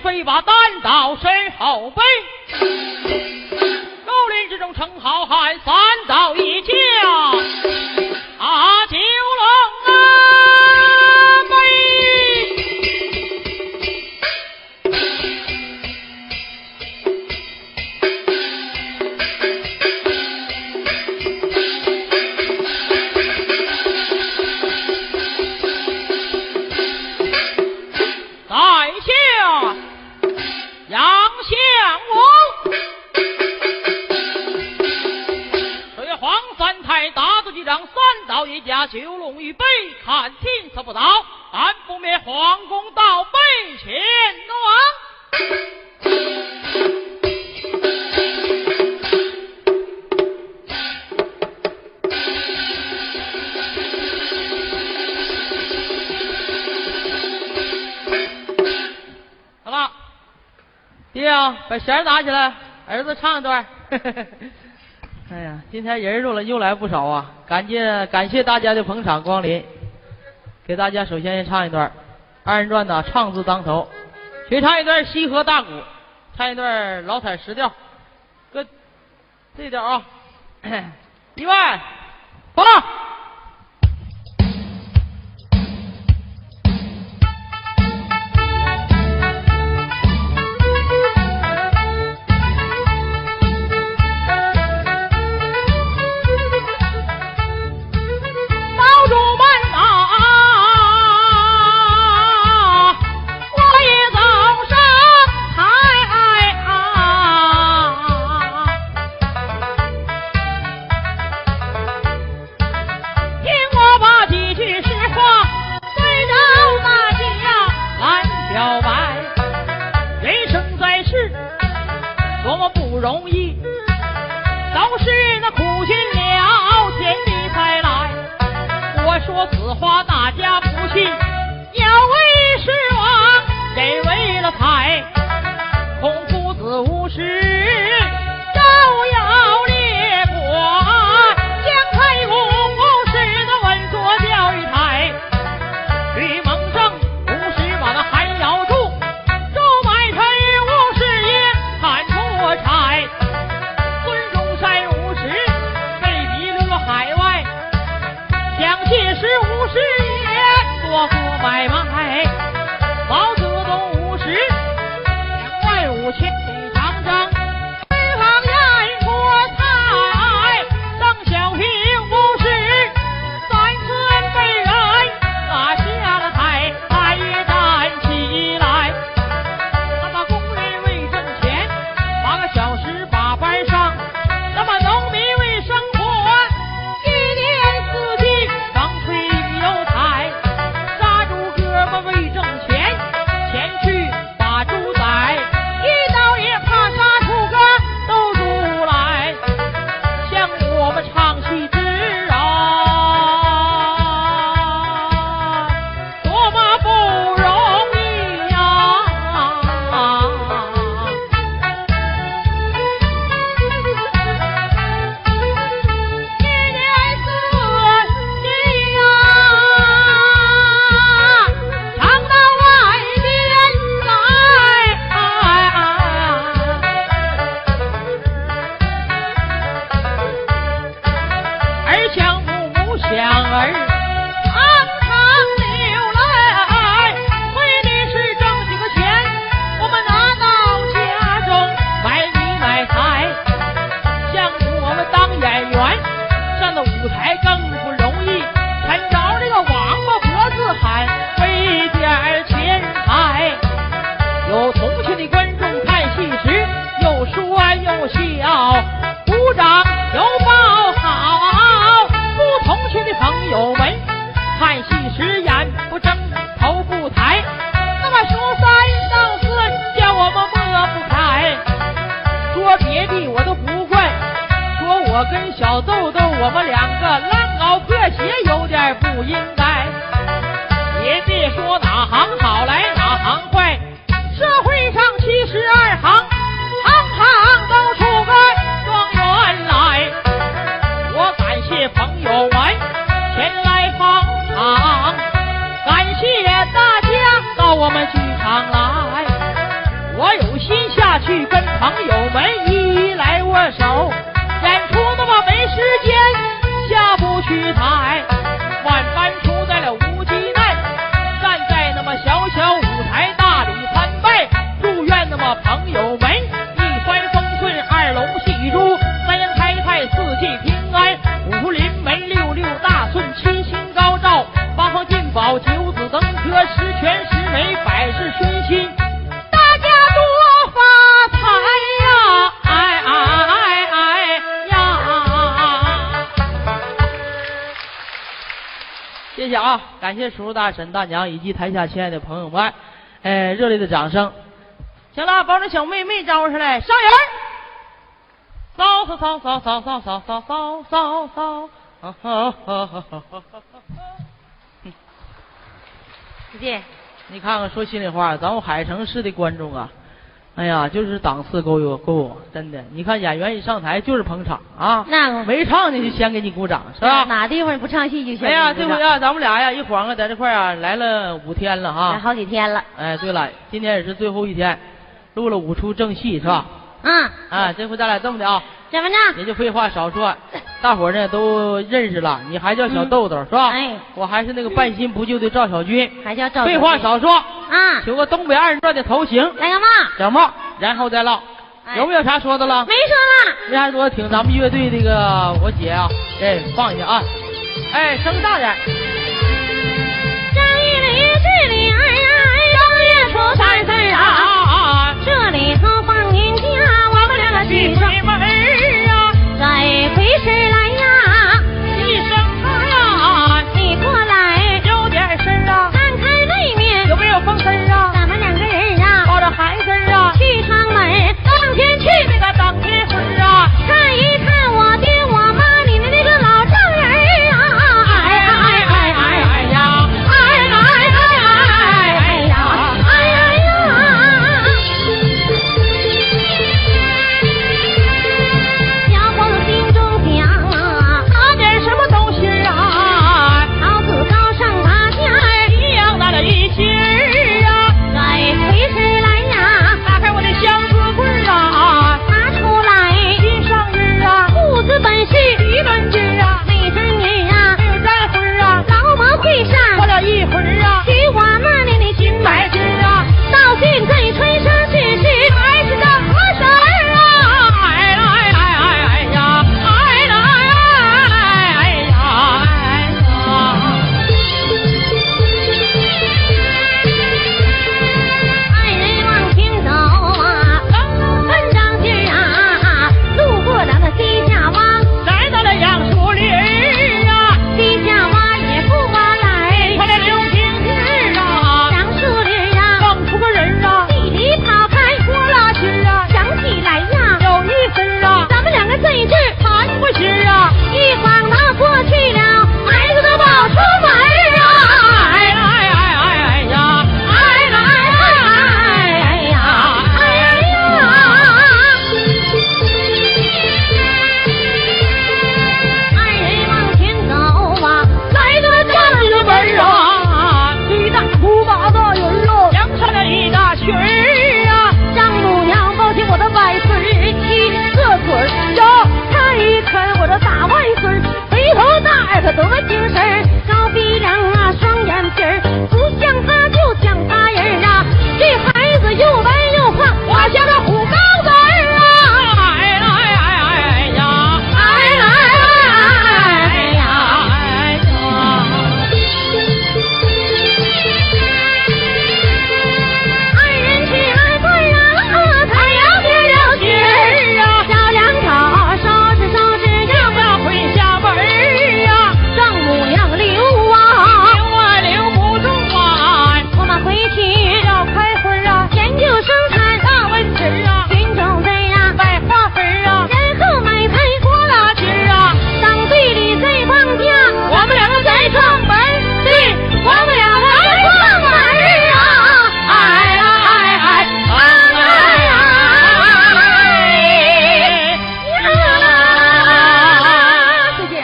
飞把单到身后背，高林之中称好汉，三道一家九龙杯。在下杨相公，水皇三太打赌几仗，三道一家九龙与北，看天色不早，俺不灭皇宫到北前往。爹呀，把弦拿起来，儿子唱一段。哎呀，今天人又来不少啊！感谢大家的捧场光临。给大家首先唱一段二人转的唱字当头，学唱一段西河大鼓，唱一段老彩石调，搁这调啊，1万发。容易都是那苦尽了天地才来，我说此话大家不信，要为失望人为了财，孔夫子无事照耀列国，姜太公不是那稳坐教育台，吕蒙正无事把那寒窑住，周买臣无事也看出差，孙中山无事被逼流落海外，蒋介石无事也做做买卖，毛泽东无事2万5千里长征，日航燕国泰，邓小平无事3次被人打下了台，他也站起来，那么工人为挣钱8个小时把班上，那么农民为生活1年4季风吹雨又采，杀猪哥们为挣钱前去把猪宰，一刀也怕杀出个都出来，向我们唱戏之人多么不容易呀！1年4季呀，唱到外边来，儿想父母想儿常常流泪，为的是挣几个钱，我们拿到家中买米买菜，像我们当演员上的舞台更不容易，趁着这个王八脖子喊为点钱财，有同情的观众看戏时又说又笑，鼓掌又报好，不同情的朋友们看戏时眼不睁头不抬，那么说3道4叫我们抹不开，说别的我都不怪，说我跟小豆豆我们2个烂高破鞋有点不应该，也别说哪行好来哪行坏，社会上72行行行都出个状元来，我感谢朋友们前来捧场，感谢大家到我们剧场来， 谢谢啊，感谢叔叔大婶大娘以及台下亲爱的朋友们，热烈的掌声。行了，把这小妹妹招上来，上人。扫扫扫扫扫扫扫扫扫扫扫。 姐姐， 你看看，说心里话，咱们海城市的观众啊，哎呀，就是档次够，真的。你看演员一上台就是捧场啊， 那没唱呢就先给你鼓掌，是吧？ 哪地方不唱戏就先。 哎呀，这回啊，咱们俩呀一晃啊，在这块啊来了5天了哈， 来好几天了。 哎，对了，今天也是最后一天，录了5出正戏，是吧？啊，这回咱俩这么的啊。 怎么着？ 也就废话少说，大伙儿呢都认识了，你还叫小豆豆、是吧？ 哎， 我还是那个半新不旧的赵小军， 还叫赵。 废话少说啊， 求个东北二人转的头型， 来个嘛？ 小帽，然后再唠。有没有啥说的了？ 没说了。 没啥说，挺咱们乐队这个我姐啊，放下啊，声大点。 正一里这里正月初3分啊，这里头放年假，我们两个去上门啊，在回时来呀， 一声他呀， 你过来， 有点事啊， 看看那面有没有风声啊？ 咱们2个人啊， 抱着孩子啊， 去上门，当天去那个当天会啊， 看一看我爹我妈你的那个老丈人啊，哎呀哎呀哎呀哎呀哎呀哎呀哎呀，小伙子心中想啊， 拿点什么东西啊？ 桃子高上大价一样大的一斤啊， 在回时来呀， 打开我的箱子柜啊， 拿出来新上日啊， 父子本是一轮日啊， 没3年啊， 没有3回啊， 劳模会上过了1会儿啊， 许我那年的新白事啊， 到现在春生只是还是这何事儿啊？哎呀哎呀哎呀哎呀哎呀哎呀！ 二人往前走啊，很长劲儿啊，路过咱们西夏洼， 来到了杨树林儿啊， 西夏洼也不挖来， 快来刘平地啊， 杨树林啊， 蹦出个人啊， 地里跑开， 过拉筋啊， 想起来呀， 有意思啊， 咱们2个在这儿谈不心啊， 一晃脑过去了，孩子都跑出门啊， 哎呀哎呀哎呀哎呀哎呀哎呀！二人往前走啊， 来到了这个门啊，最大不把大人啊，扬上了一大群儿啊， 丈母娘抱起我的外孙儿，一个嘴儿呀，看一看我这大外孙儿，肥头大耳朵多精神儿，高鼻梁啊，双眼皮儿，不像他就像他人啊，这孩子又白又胖，我像个虎羔子儿啊！ 哎呀哎呀哎呀哎呀哎呀！ 哎呀！ 二人起来对啊，太阳跌了劲儿啊，小两口收拾收拾要不要回家门儿啊？ 丈母娘留啊， 留不住啊！ 我们回去要开会啊， 研究生产大问题啊， 群种栽呀， 买花粉啊， 然后买菜过拉筋啊， 当队里在放假， 我们2个在上班，对， 我们2个在上门啊！ 哎呀哎哎哎呀！ 谢谢。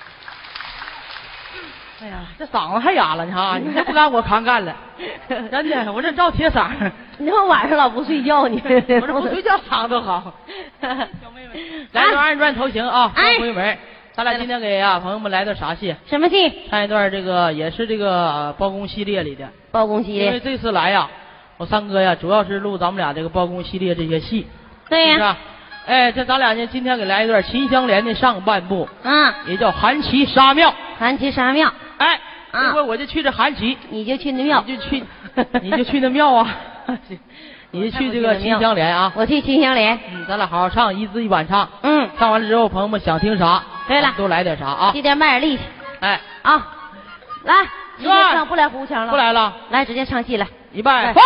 哎呀，这嗓子还哑了呢，你这不敢我扛干了，真的，我这照铁嗓。 你说晚上老不睡觉呢？ 我这不睡觉嗓子都好。小妹妹，来段2人转头型啊，放回门。咱俩今天给朋友们来段啥戏？ 什么戏？ 唱一段这个也是这个包公系列里的。 包公系因为列。 这次来呀，我三哥呀，主要是录咱们俩这个包公系列这些戏。 对呀。 是吧？这咱俩呢，今天给来一段秦香莲的上半部，也叫韩琦杀庙。 韩琦杀庙。 这回我就去这韩琦， 你就去那庙， 你就去那庙啊，你就去这个秦香莲啊。 我去秦香莲。 咱俩好好唱，一字一板唱。唱完了之后，朋友们想听啥， 对了， 都来点啥啊？ 今天卖点力气。 来，直接唱，不来胡腔了。 不来了， 来，直接唱戏来。 预备，放。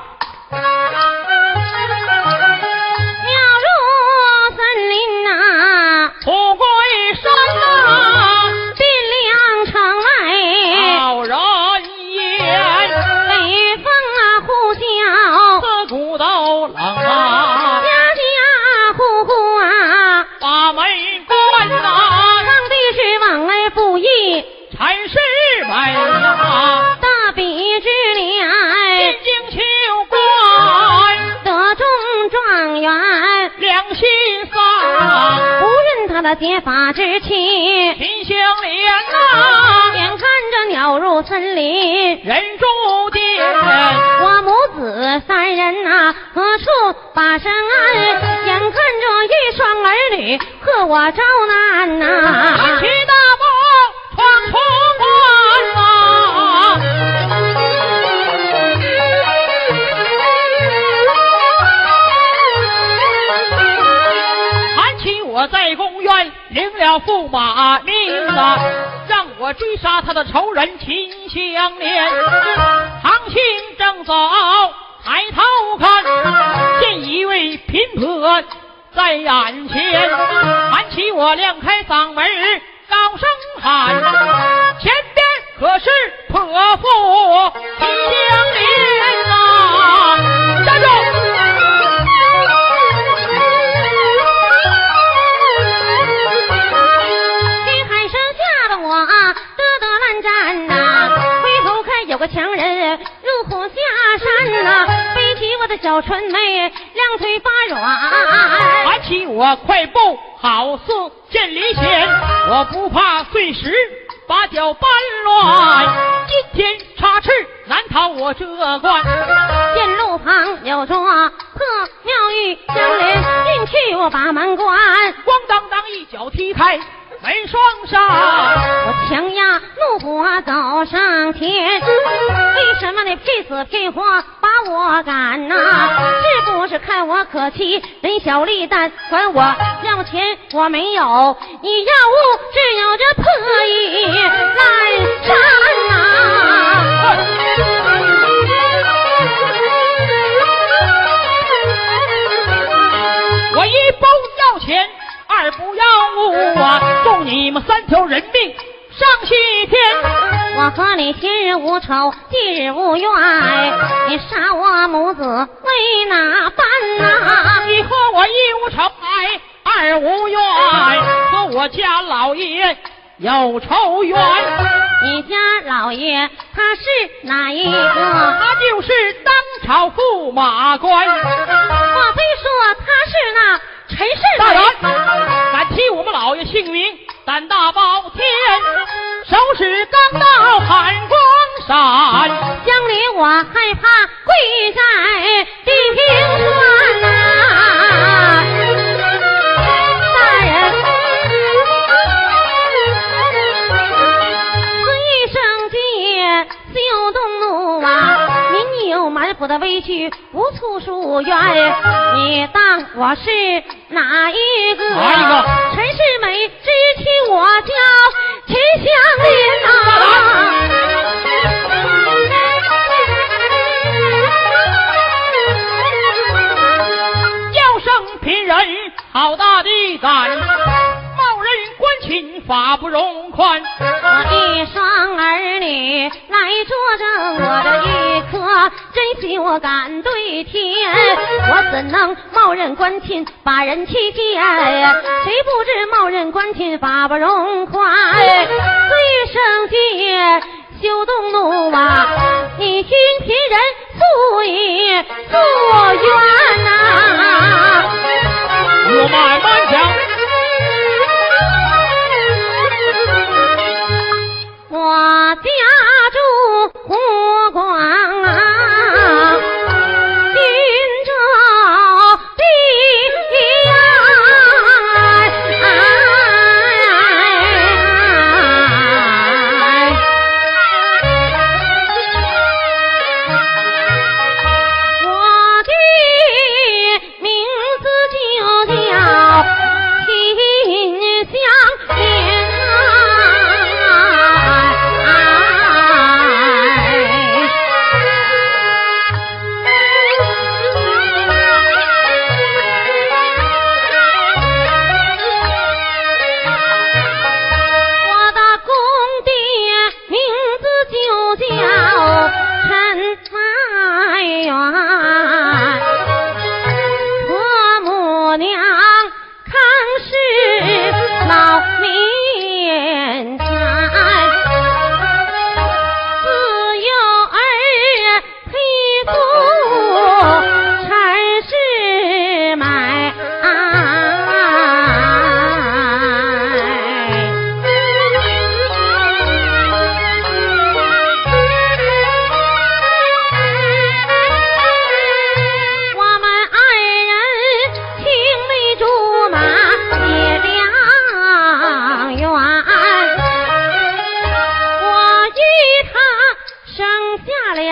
鸟入森林呐， 富贵山呐， 汴梁城外好人言， 北风啊呼啸， 自古都冷啊， 家家户户啊， 把门关呐， 唱的是忘恩负义， 铲世美呀， 大比之年， 进京求官， 得中状元， 良心丧， 不认他的结发之妻， 秦香莲呐， 眼看着鸟入森林， 人住店， 我母子三人呐，何处把身安？眼看着一双儿女和我遭难呐， 大起大步闯出关呐，喊起我在公园领了驸马名啊，让我追杀他的仇人秦香莲。唐青正走，抬头看，见一位贫婆在眼前，喊起我亮开嗓门高声喊，前边可是泼妇秦香莲啊！站住！ 一喊声吓得我啊得乱战呐，回头看有个强人入虎下山呐，背起我的小春妹，两腿发软， 喊起我快步好似见离弦，我不怕碎石把脚搬乱，今天插翅难逃我这关。 见路旁有座破庙宇相连，进去我把门关， 咣当当一脚踢开门双上， 我强压怒火走上前，为什么你配死配活把我赶呐？是不是看我可欺人小力蛋，管我要钱我没有，你要物只有这破衣烂衫呐！ 我一不要钱，二不要物啊，送你们3条人命上西天。 我和你今日无仇，今日无怨，你杀我母子为哪般呐？ 你和我一无仇爱，二无怨，和我家老爷有仇怨。 你家老爷他是哪一个？ 他就是当朝驸马官。 莫非说他是那陈氏大人，敢提我们老爷姓名，胆大包天，手使钢刀喊光闪， 乡里我害怕跪在地平川呐！大人，随生界休动怒啊！民有满腹的委屈无处诉怨，你当我是哪一个？ 哪一个？ 陈世美知起我叫秦香莲呐！ 叫声贫人好大的胆，冒人关亲法不容宽。 我一双儿女来作证，我的一颗真心我敢对天，我怎能冒认官亲把人欺骗？谁不知冒认官亲法不容宽？虽生界休动怒啊，你君贫人速以作冤呐！ 我慢慢讲。 我家住湖广啊，今朝地我的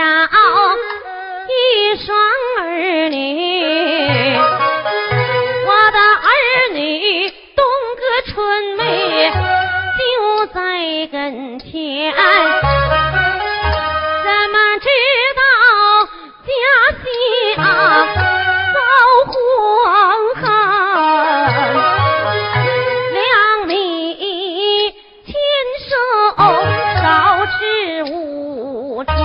一双儿女，我的儿女东阁春梅就在跟前，怎么知道家乡遭荒旱，两米牵手少吃无穿，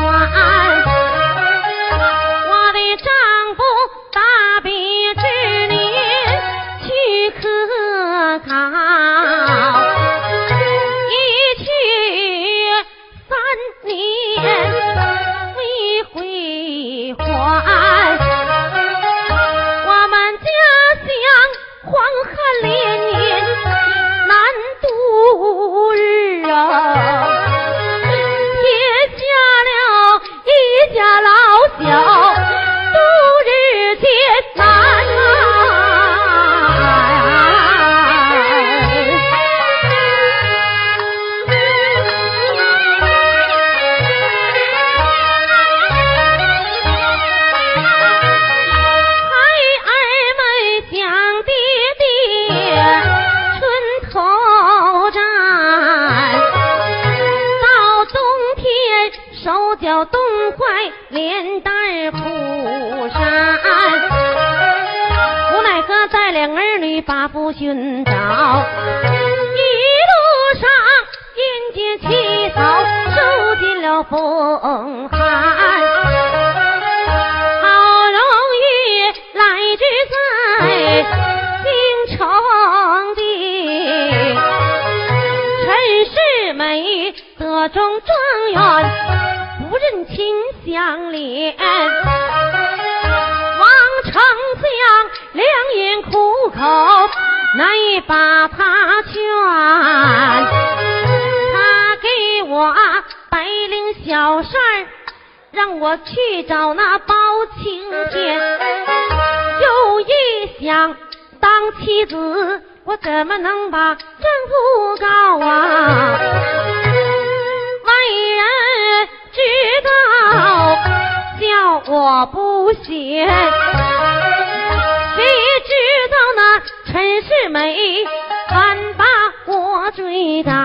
我的丈夫大比之年去科考，一去3年未回还，我们家乡黄旱连年难度日啊，撇下了一家老小度日艰难孩儿们想爹爹春头站，到冬天手脚冻坏连带铺衫，无奈何带领儿女把父寻找，一路上沿街起草受尽了风寒，好容易来至在京城的陈世美得中状元，不认亲相连，王丞相两眼苦口难以把他劝，他给我白领小事儿，让我去找那包青天，又一想当妻子我怎么能把丈夫告啊，外人知道叫我不贤，谁知道那陈世美反把我追赶，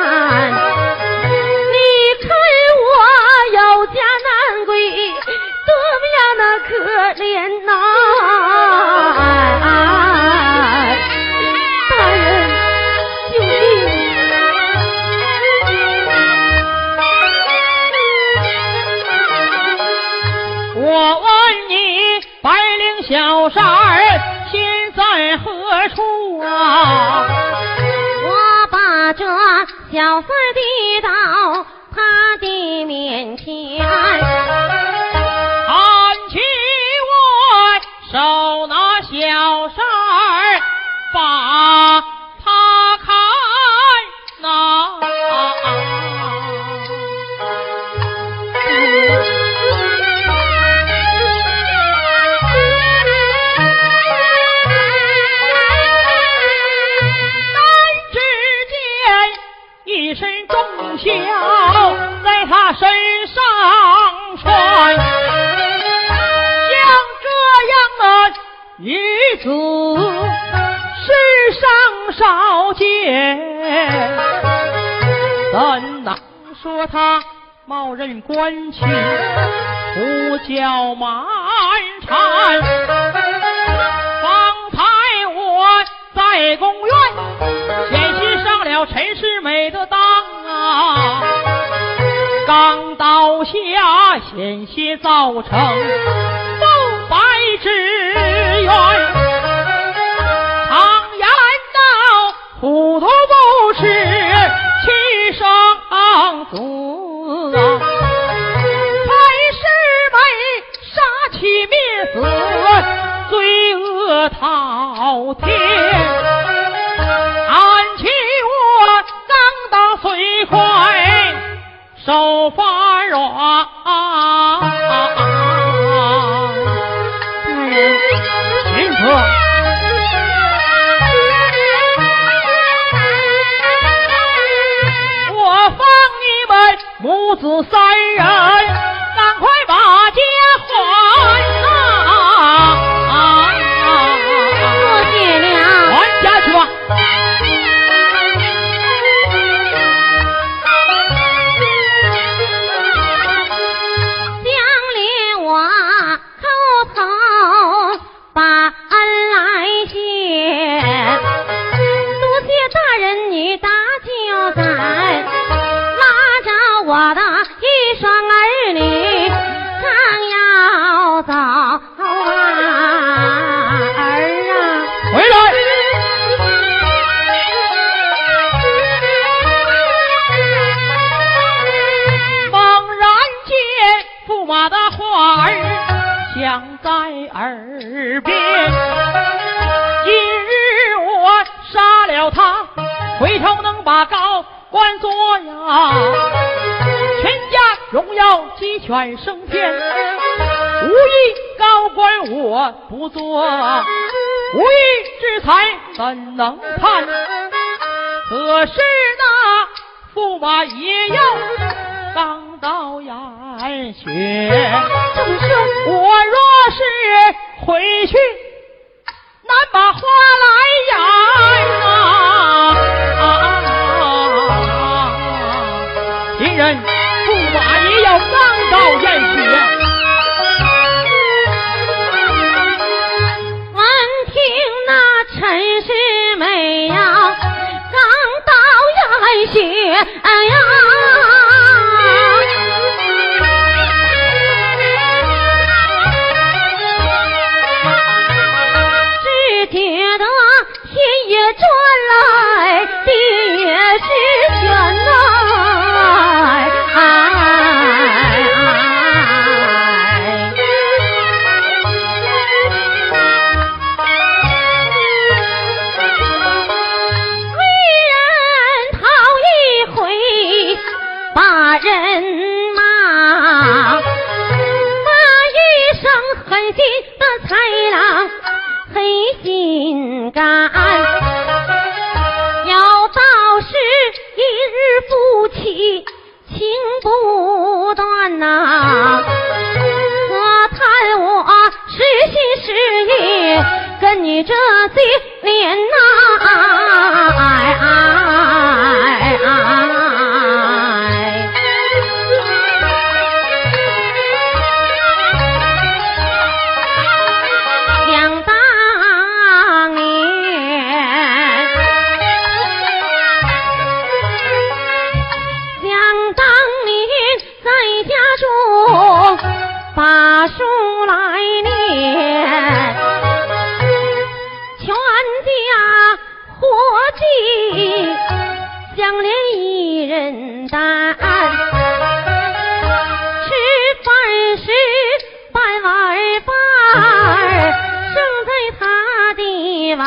你看我有家难归多么样的可怜呐，大人救命！ 我问你，白领小三儿现在何处啊？ 我把这小三递到他的面前， 看起我手拿小三儿，把他看呐。一身重孝在他身上穿，像这样的女子世上少见，怎能说她冒认官去胡搅蛮缠？方才我在公园险些上了陈世美的当啊，刚到下险些造成不白之冤，常言道糊涂不是亲生子啊，陈世美杀妻灭子，罪恶滔天，看起我刚当虽快手发软， 大人秦可我放你们母子三人赶快把在拉着我的一双儿女，正要走回来！猛然间，驸马的话儿响在耳边。今日我杀了他，回头能把高官做呀，全家荣耀鸡犬升天。无意高官我不做，无意之财怎能看？可是那驸马也要刚到眼前。 这么说， 我若是回去，难把话来言亲人，驸马也要刚到眼前。 陈世美呀，刚到眼前呀，只觉得天也转来，地也是旋来。人马那一生狠心的豺狼，黑心肝，要到是一日夫妻情不断呐，可叹我实心实意跟你这些年呐，把书来念，全家伙计相连一人担，吃饭时半碗饭剩在他的碗，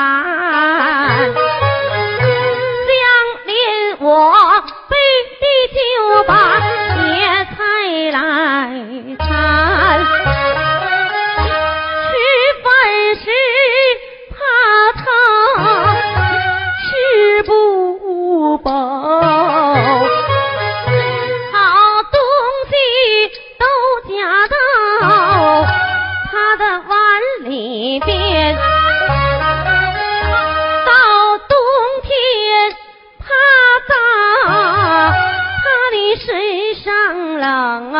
相连我背地就把野菜来掺，吃饭时怕他吃不饱，好东西都夹到他的碗里边，到冬天怕到他的身上冷啊，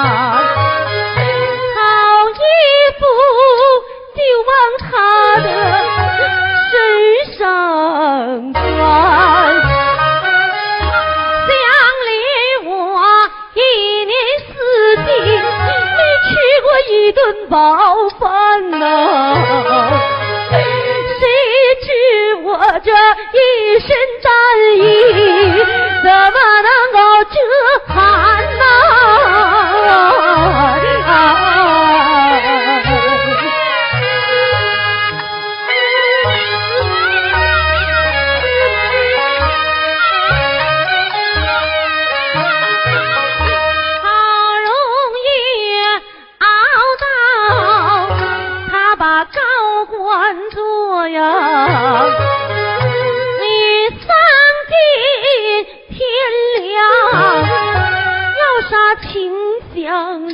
好衣服就往他的身上穿，相连我一年四季没吃过一顿饱饭呐，谁知我这一身战衣怎么能够遮寒呐？好容易熬到他把高官做呀，你丧尽天良，要杀情相连。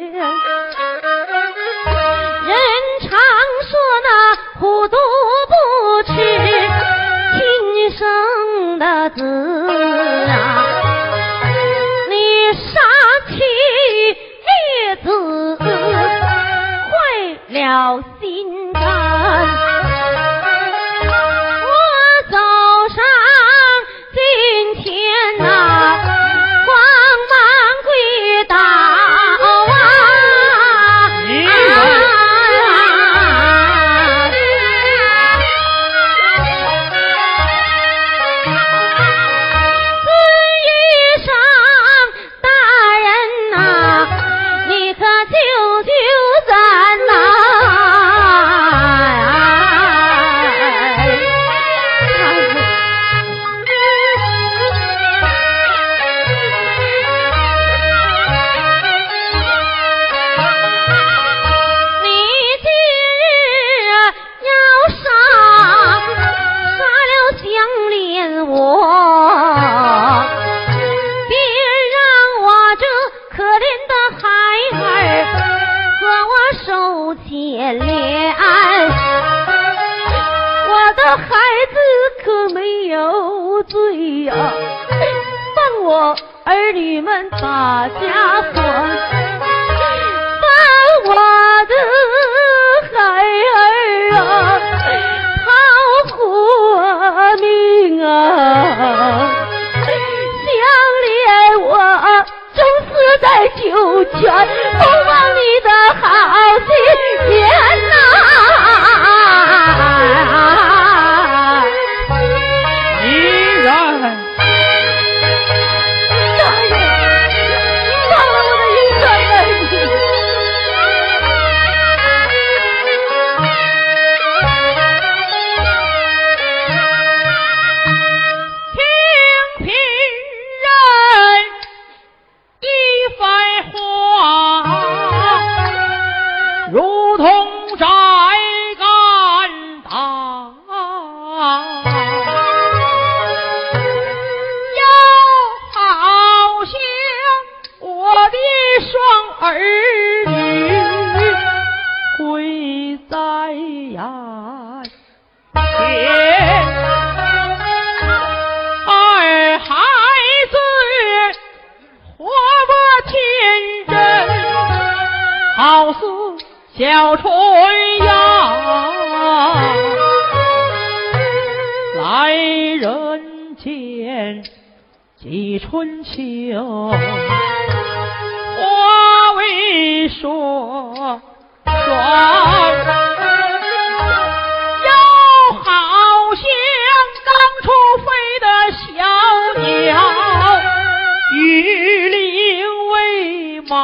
人常说那虎毒不吃亲生的子啊，你杀妻灭子坏了心肝，我走上金钱儿女们把家锁，把我的孩儿啊讨活命啊，想连我正死在九泉，不忘你的好心眼呐。 小春呀，来人间几春秋，话未说双，又好像刚出飞的小鸟，羽领为马。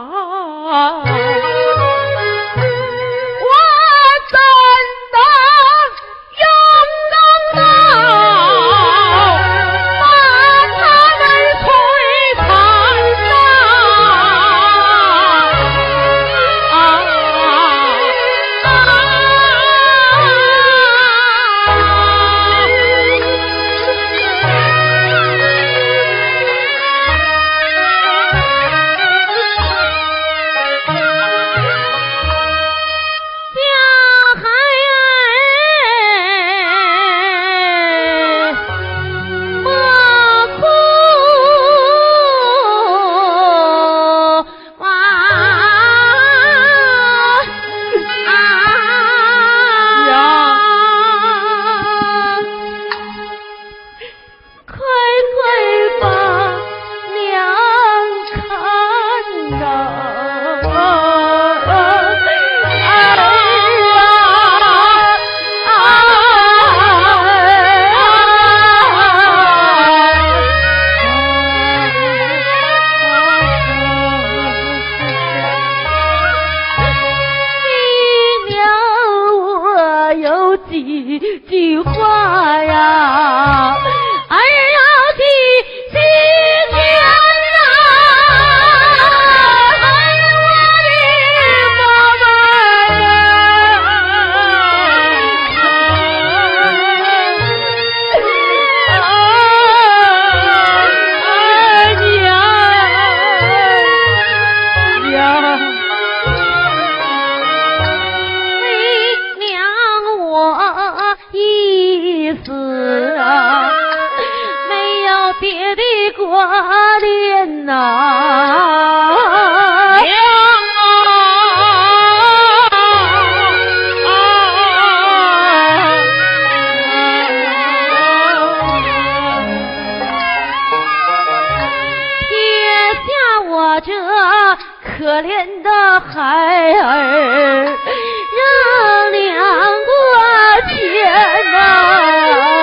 可怜的孩儿让娘过钱呐。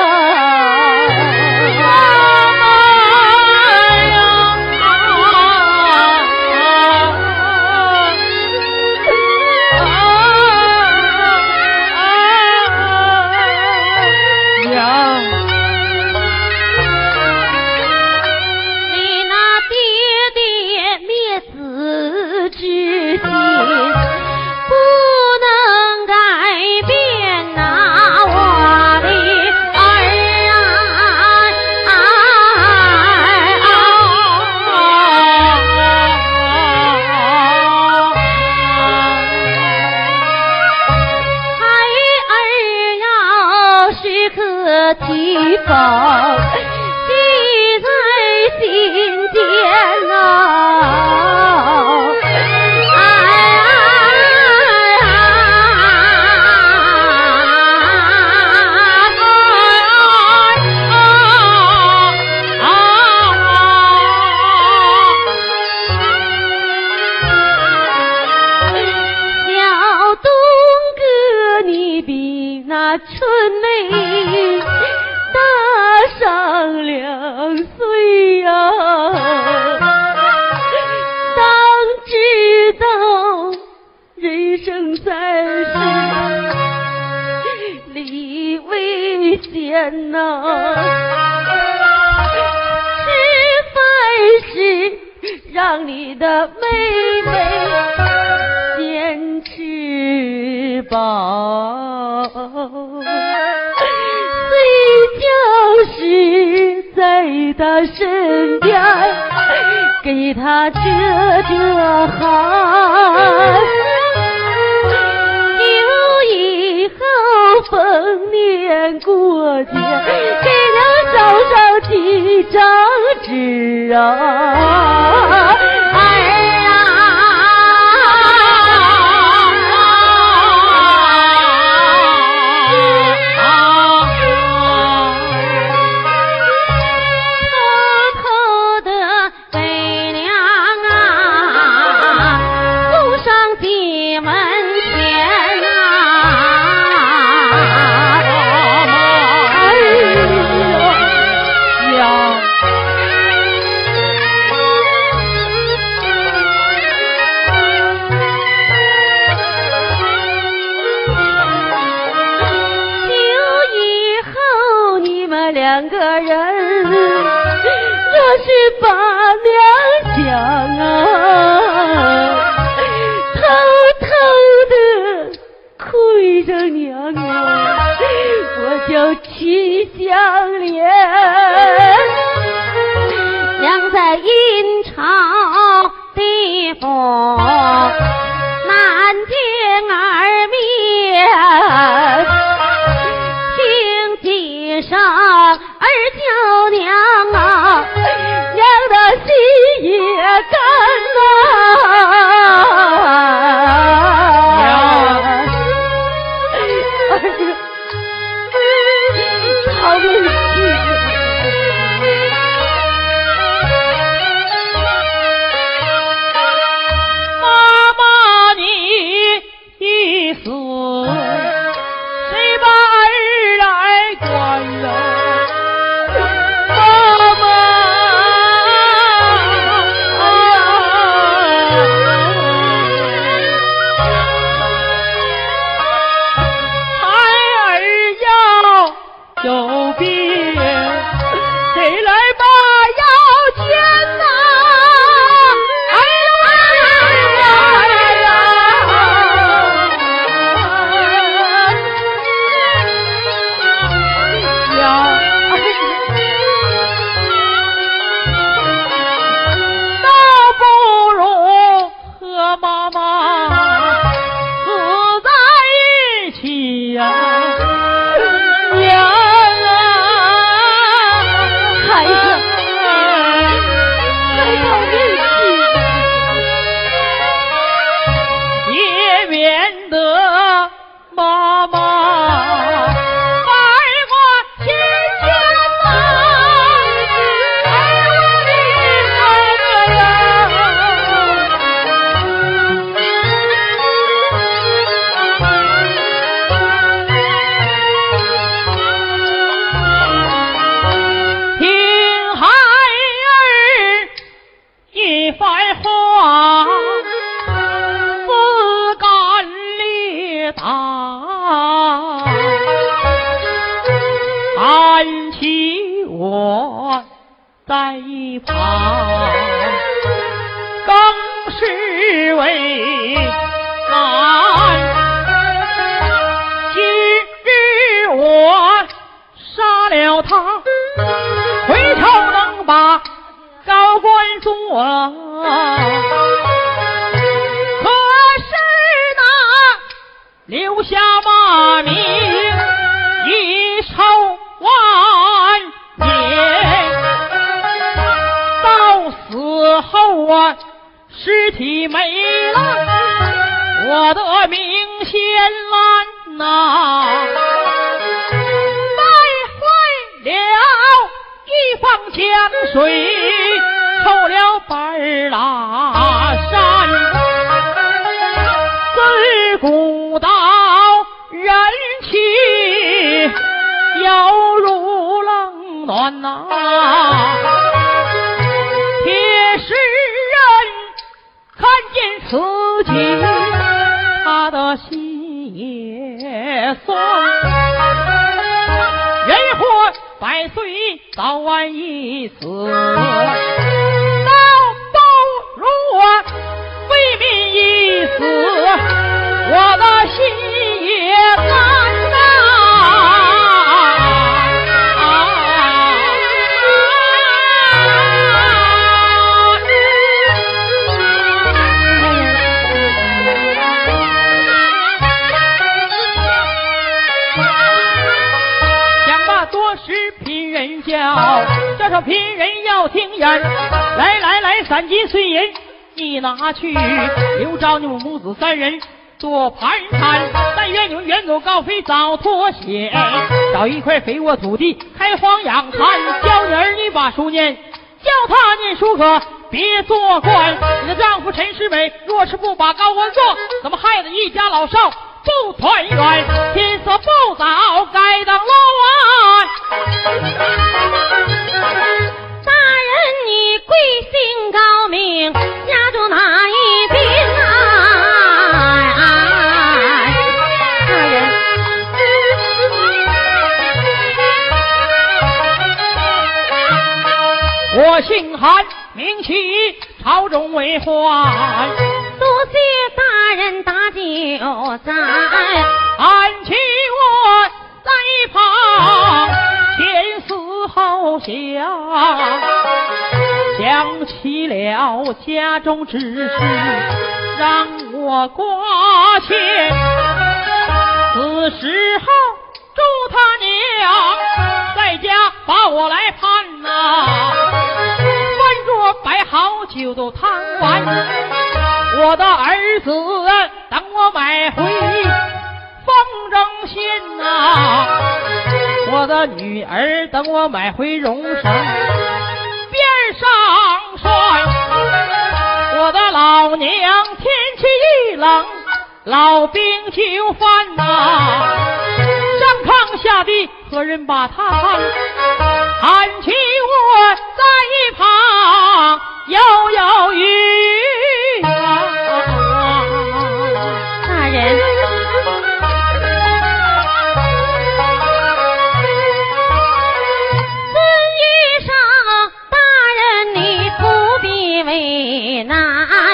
儿那春梅大上2岁呀，当知道人生在世理危险呐，吃饭时让你的妹妹先吃饱，睡觉时在她身边给她遮汗，有以后逢年过节给她烧上几张纸啊，儿2个人若是把娘讲啊，偷偷的亏着娘啊，我就去相连。娘在阴曹地府难见儿面，听几声儿叫娘啊，娘的心也干呐，好委屈。 妈妈你一死，谁把儿来管啊？有病，谁来把药煎呐？哎呀！倒不如和妈妈死在一起呀！妈妈，爱我千千万，爱我听孩儿一番话，自干里打。看起我在一旁，更是为难。今日我杀了他，回头能把高官做，可是那留下骂名遗臭万年，到死后啊，尸体没了，我的命先烂呐，带坏了一方江水，臭了板拉山，自古到人情算呐，铁石人看见此景，他的心也酸。人活百岁，早晚已死，倒不如我为民一死，我的心也甘呐。叫上贫人要听言，来3斤碎银你拿去，留着你们母子3人做盘缠。但愿你们远走高飞早脱险，找一块肥沃土地开荒养蚕，教你儿女把书念，教他念书可别做官。你的丈夫陈世美若是不把高官做，怎么害得一家老少不团圆？天色不早该当落晚。 大人你贵姓高明，家住哪一边啊？大人我姓韩，名启，朝中为宦。 多谢大人打酒在， 韩启我在一旁前思后想，想起了家中之事，让我挂牵。此时候祝他娘在家把我来盼呐，饭桌摆好酒都烫完，我的儿子等我买回风筝线呐，我的女儿等我买回绒绳边上拴，我的老娘天气一冷老兵就犯呐，上炕下地何人把他看？喊起我在一旁犹犹豫豫啊。 大人为难，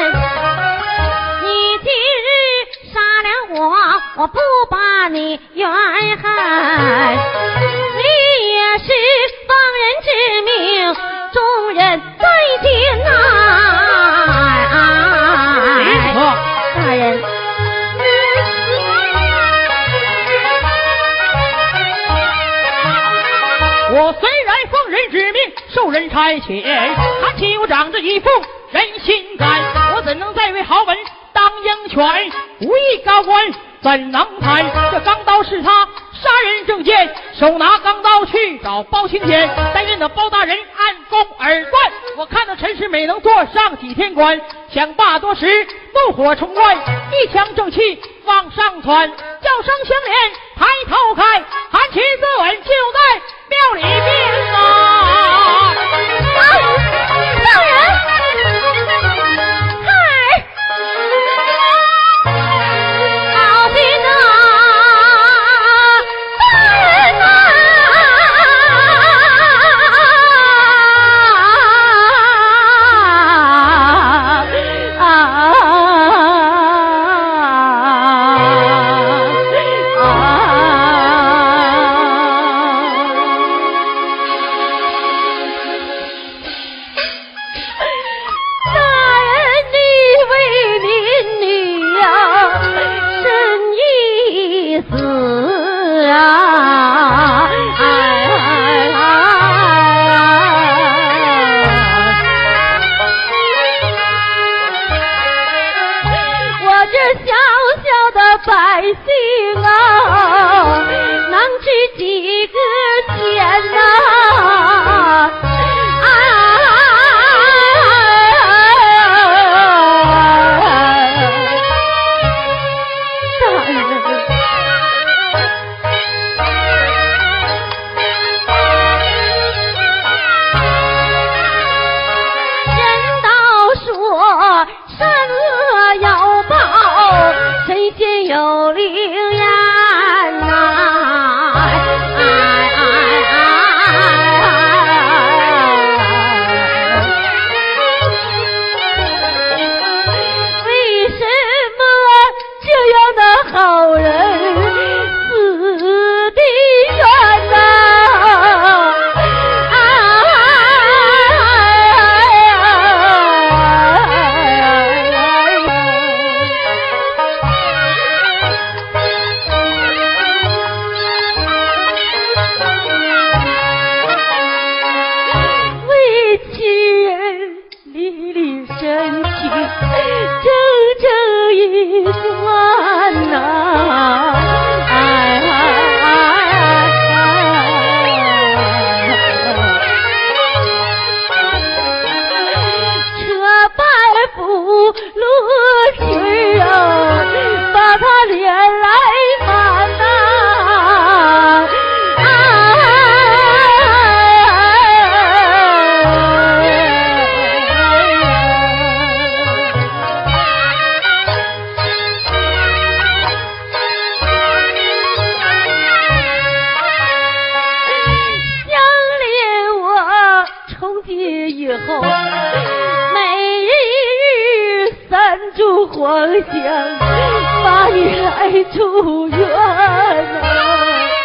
你今日杀了我不把你怨恨，你也是亡人之命，众人再见呐。大人， 我虽然奉人之命受人差遣，看起我长着一副人心肝，我怎能再为好本当鹰犬？武艺高官怎能谈？这钢刀是他杀人证件，手拿钢刀去找包青天，但愿那包大人按弓而断。我看到陈世美能坐上几天官，想罢多时怒火冲冠，一腔正气往上窜，叫声相连抬头看，韩琦自刎就在庙里边啊！ 大人，老兵啊，大人百姓啊，能值几个钱呐？大人， 每日三炷黄香，把你来祝愿呐。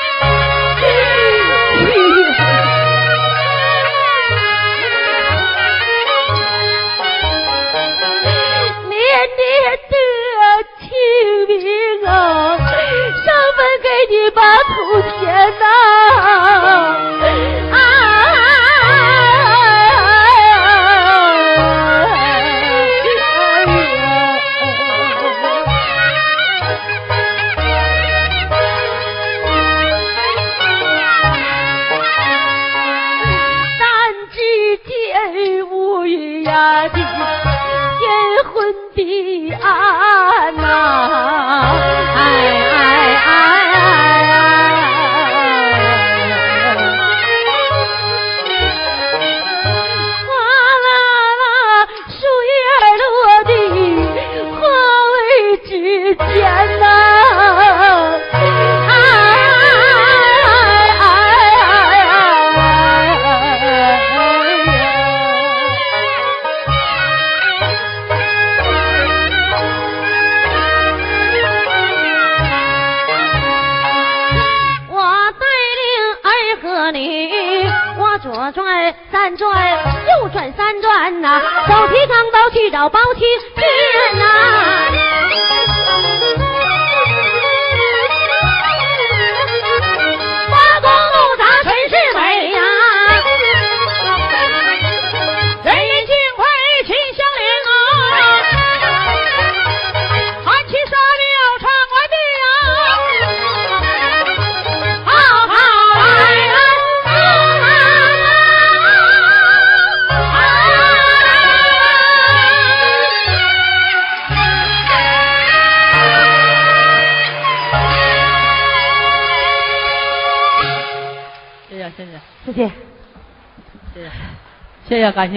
年的清明啊，上坟给你把土填呐，但只见乌云呀的天昏地暗呐，哗啦啦，树叶落地化为指尖呐，左转三转，右转三转呐，手提钢刀去找包青天呐。花公路咱陈世美呀，人人敬会秦香莲啊，喊起沙柳唱完的呀，好好来啊！谢谢， 谢谢，感谢，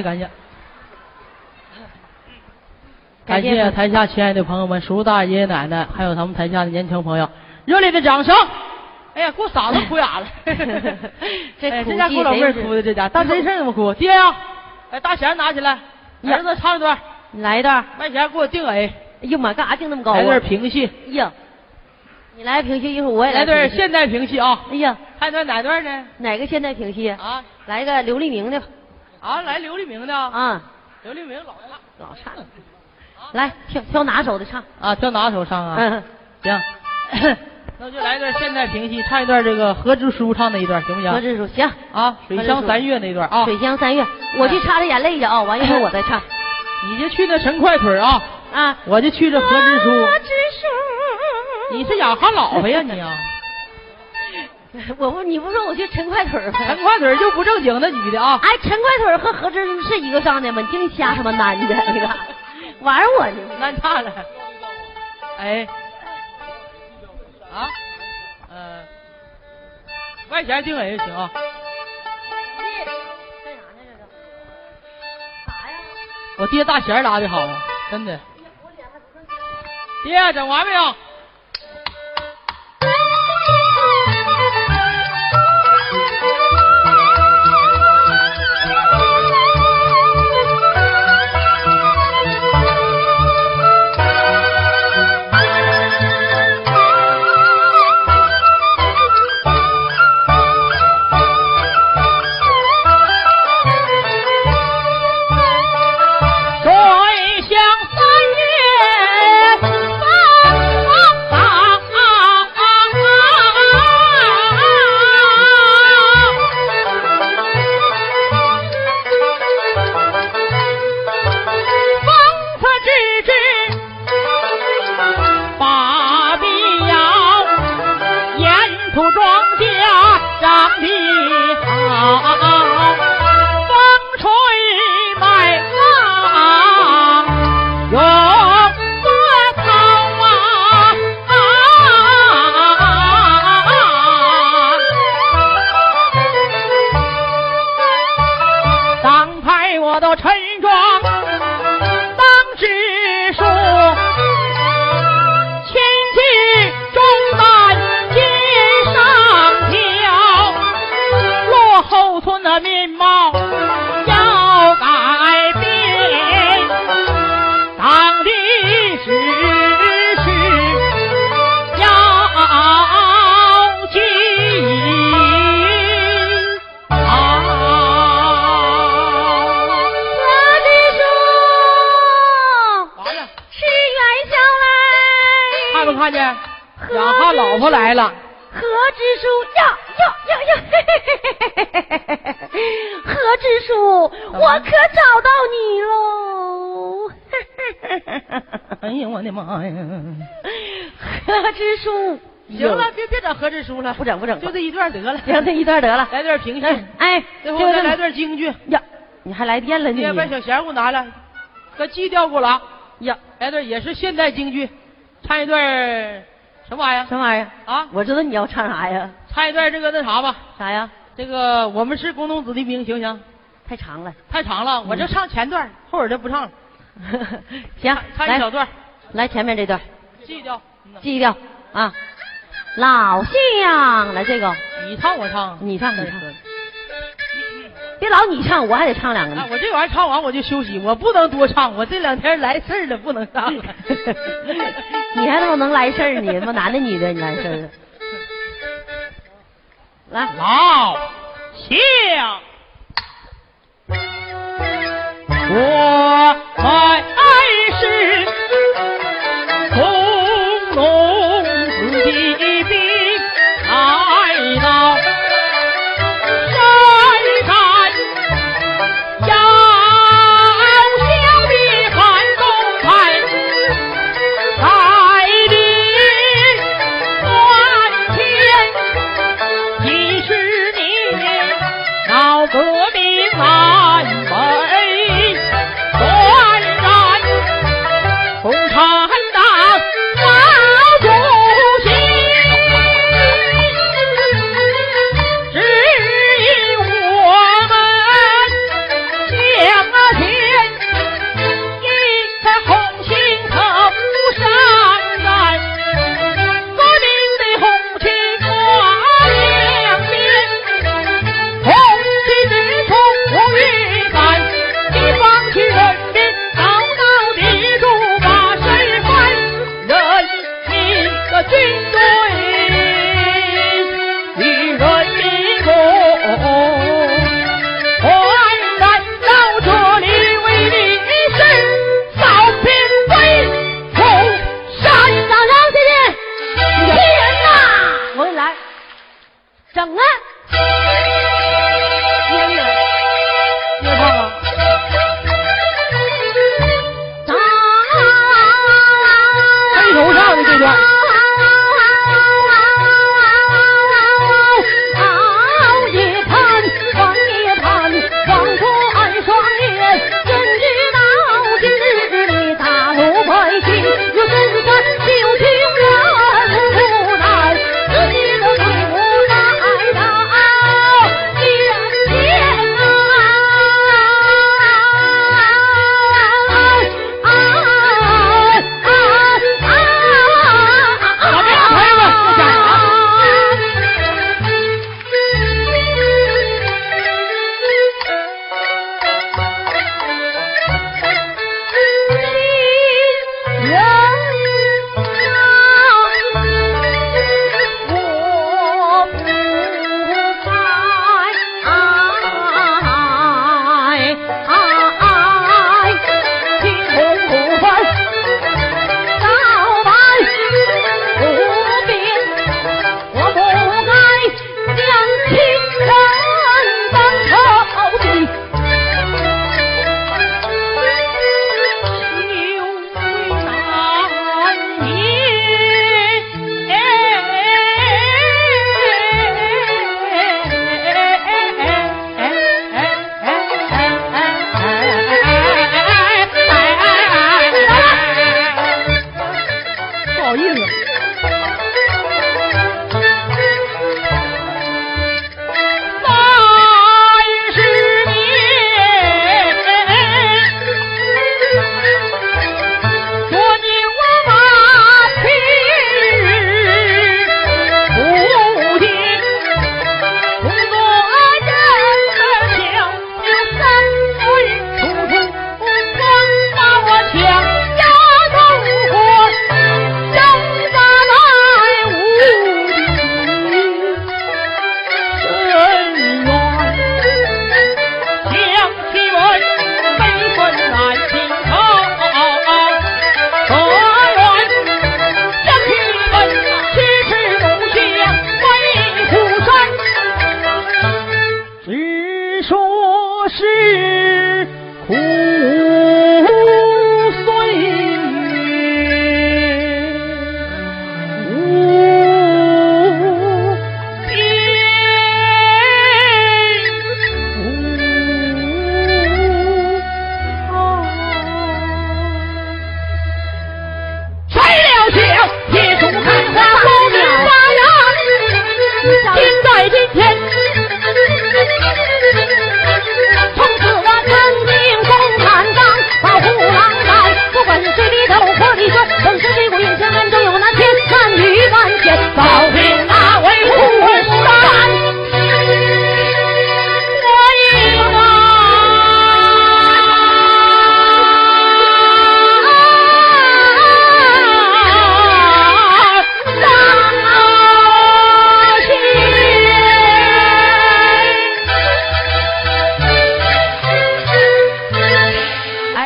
感谢台下亲爱的朋友们、叔叔大爷爷奶奶，还有他们台下的年轻朋友，热烈的掌声！哎呀，给我嗓子哭哑了。这家给我老妹儿哭的，这家当真事怎么哭？爹呀，哎，大弦拿起来，儿子唱一段， 你来一段。 麦弦给我定 A。 哎呀妈，干啥定那么高啊？ 来段评戏。 哎呀，你来评戏，一会儿我也来段现代评戏啊。 哎呀， 还段哪段呢？ 哪个现代评戏啊？ 来个刘立明的。 啊，来刘立明的啊。 刘立明老唱。来挑拿手的唱啊，挑拿手唱啊。 嗯， 行。那就来段现代评戏，唱一段这个何支书唱的一段，行不行？ 何支书行啊，水乡三月那段啊。 水乡三月，我去擦着眼泪去啊，完一会儿我再唱。 你就去那陈快腿啊。 啊， 我就去这何支书。 何支书， 你是养哈老婆呀你啊？ 你不说我去陈快腿吗？ 陈快腿就不正经那女的啊！ 哎，陈快腿和何支书是一个上的吗？你净瞎他妈难的那个，玩我呢？ 难差了。哎，啊，外弦定 A 行啊。 干啥呢这是？啥呀？ 我爹大弦拉的好啊，真的。爹，整完没有？面貌要改看见养哈老婆来了。 何支书呀，何支书，我可找到你喽！ 哎呀，我的妈呀！ 何支书， 行了，别整何支书了， 不整， 就这一段得了。 行，这一段得了， 来段评戏。 哎， 最后再来段京剧。 呀，你还来电了呢？ 把小弦给我拿来，把记调给我拿。 呀， 来段也是现代京剧，唱一段什么玩意儿？ 什么玩意儿啊？ 我知道你要唱啥呀？ 唱一段这个那啥吧。 啥呀？ 这个我们是工农子弟兵，行不行？ 太长了， 太长了，我就唱前段，后边就不唱了。 行， 唱一小段， 来前面这段， 记调， 记调啊。老乡，来这个， 你唱我唱， 你唱，别老你唱，我还得唱两个呢。 我这玩意儿唱完我就休息，我不能多唱，我这2天来事儿了，不能唱了。 你还他妈能来事儿呢？他妈男的女的你来事儿了？来， 老乡，我们是工农子弟兵，来到深山遥想的汉东派，带领团结，10年闹革命南北，断然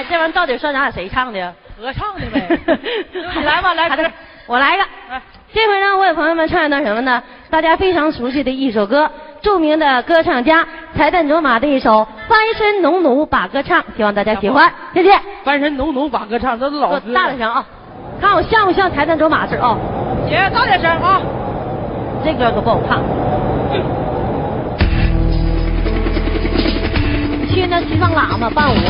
这玩意儿到底算咱俩谁唱的呀？ 合唱的呗。你来吧，来， 我来一个。这回呢，我给朋友们唱一段什么呢？大家非常熟悉的一首歌，著名的歌唱家柴旦卓玛的一首《翻身农奴把歌唱》，希望大家喜欢，谢谢。 翻身农奴把歌唱，这是老歌。 大点声啊！看我像不像柴旦卓玛似的啊？ 姐，大点声啊！ 这歌可不好唱。去那西方喇嘛伴舞。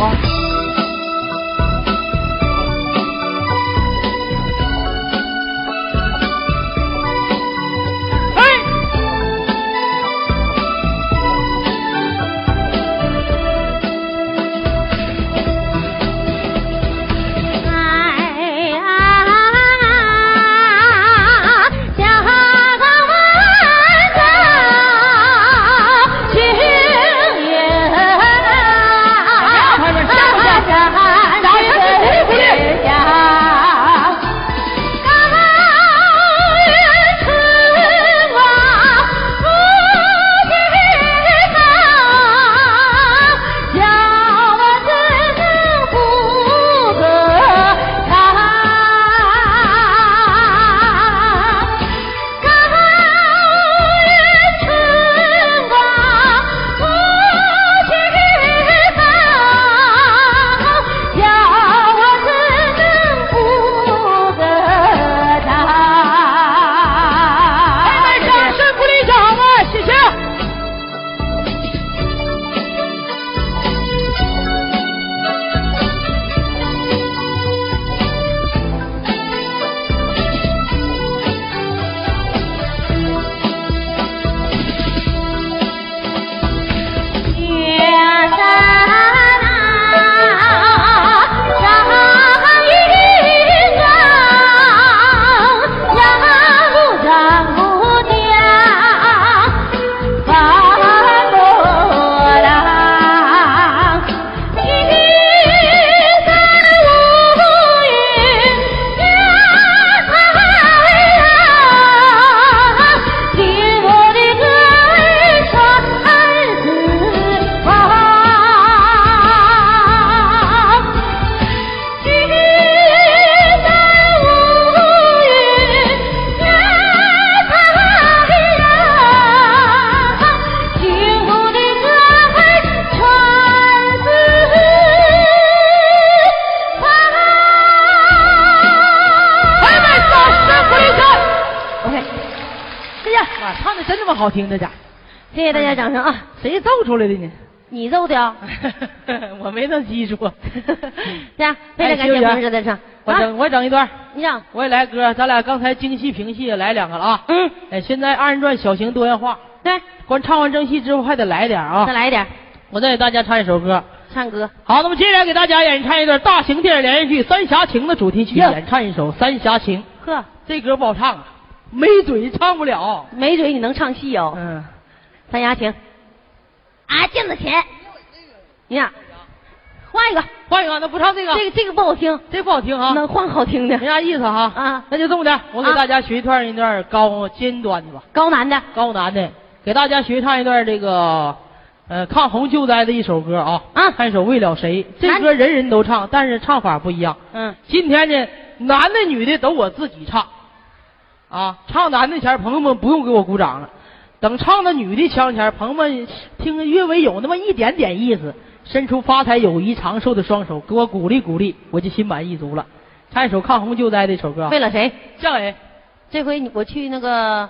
好听的家， 谢谢大家掌声啊！ 谁奏出来的呢？ 你奏的啊？ 我没那技术。 这样，非常感谢朋友们在唱。 我整一段。 你唱。 我也来歌，咱俩刚才京戏评戏也来两个了啊。现在二人转小型多元化。 对。 光唱完正戏之后还得来点啊。 再来一点。 我再给大家唱一首歌。 唱歌。 好，那么接下来给大家演唱一段大型电视连续剧《三峡情》的主题曲，演唱一首《三峡情》。 呵， 这歌不好唱啊。没嘴唱不了， 没嘴你能唱戏哦。三峡情，啊，镜子前，你俩换一个， 那不唱这个， 这个不好听， 这不好听啊， 能换好听的， 没啥意思哈。 啊， 那就这么的，我给大家学一段高尖端的吧， 高难的， 给大家学唱一段这个抗洪救灾的一首歌啊，唱一首为了谁，这歌人人都唱，但是唱法不一样。今天呢，男的女的都我自己唱。唱男的前朋友们不用给我鼓掌了，等唱到女的腔前，朋友们听略微有那么一点点意思，伸出发财友谊长寿的双手给我鼓励鼓励，我就心满意足了。唱一首抗洪救灾的一首歌， 为了谁？ 向谁？ 这回我去那个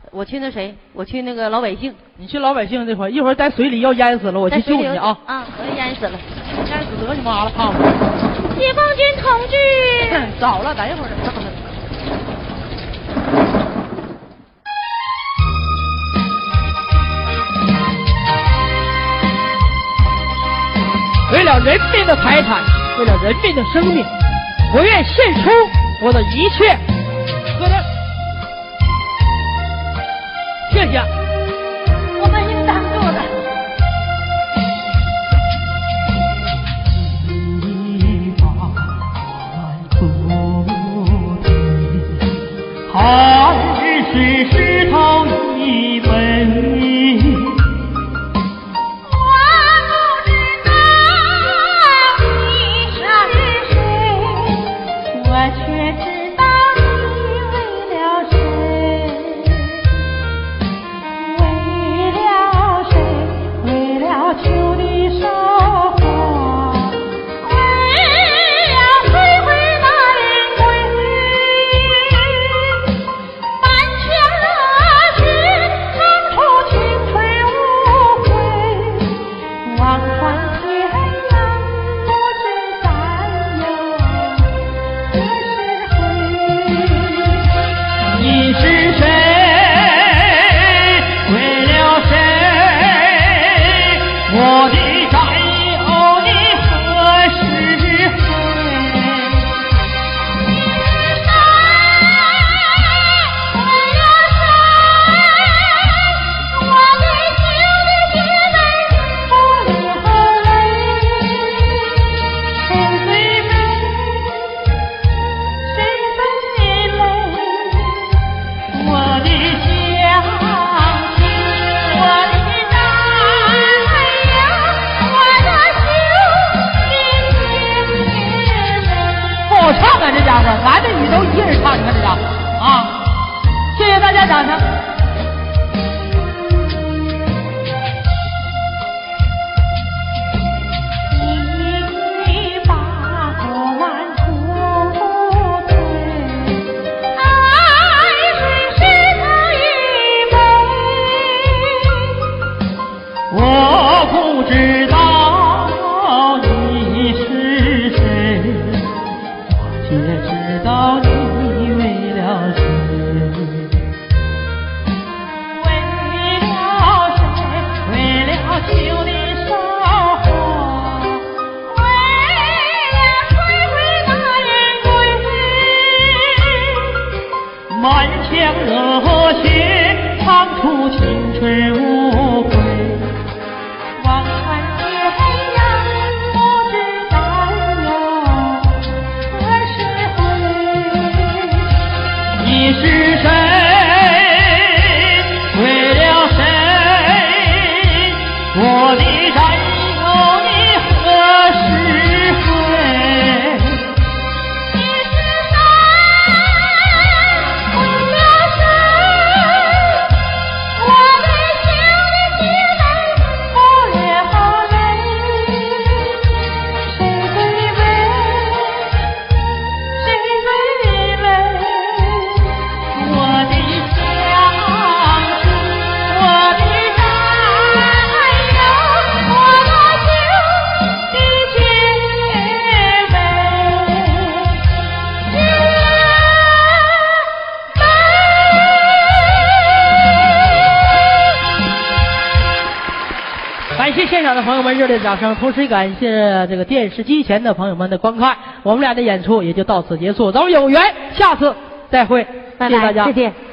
老百姓。 你去老百姓这块，一会儿在水里要淹死了，我去救你啊！ 我要淹死了， 淹死得你妈了，胖子！ 解放军同志， 早了，等一会儿再。为了人民的财产，为了人民的生命，我愿献出我的一切。喝点，谢谢。 我们应当做的。 海水石头一杯。我不知道你是有一人唱，你看这个啊！谢谢大家掌声。现场的朋友们热烈掌声，同时感谢这个电视机前的朋友们的观看，我们俩的演出也就到此结束，咱们有缘下次再会， 拜拜， 谢谢大家， 谢谢。